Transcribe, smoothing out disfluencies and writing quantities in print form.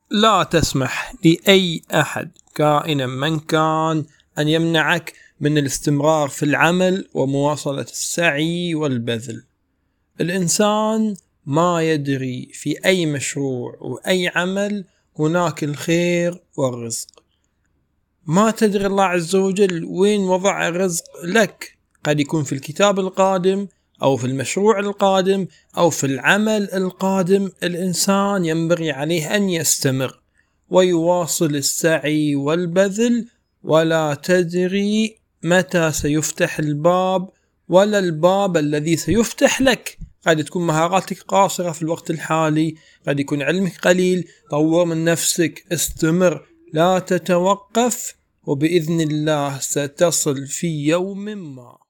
لا تسمح لأي أحد كائنا من كان أن يمنعك من الاستمرار في العمل ومواصلة السعي والبذل. الإنسان ما يدري في أي مشروع وأي عمل هناك الخير والرزق. ما تدري الله عز وجل وين وضع الرزق لك، قد يكون في الكتاب القادم أو في المشروع القادم أو في العمل القادم. الإنسان ينبغي عليه أن يستمر ويواصل السعي والبذل، ولا تدري متى سيفتح الباب ولا الباب الذي سيفتح لك. قد تكون مهاراتك قاصرة في الوقت الحالي، قد يكون علمك قليل. طور من نفسك، استمر، لا تتوقف، وبإذن الله ستصل في يوم ما.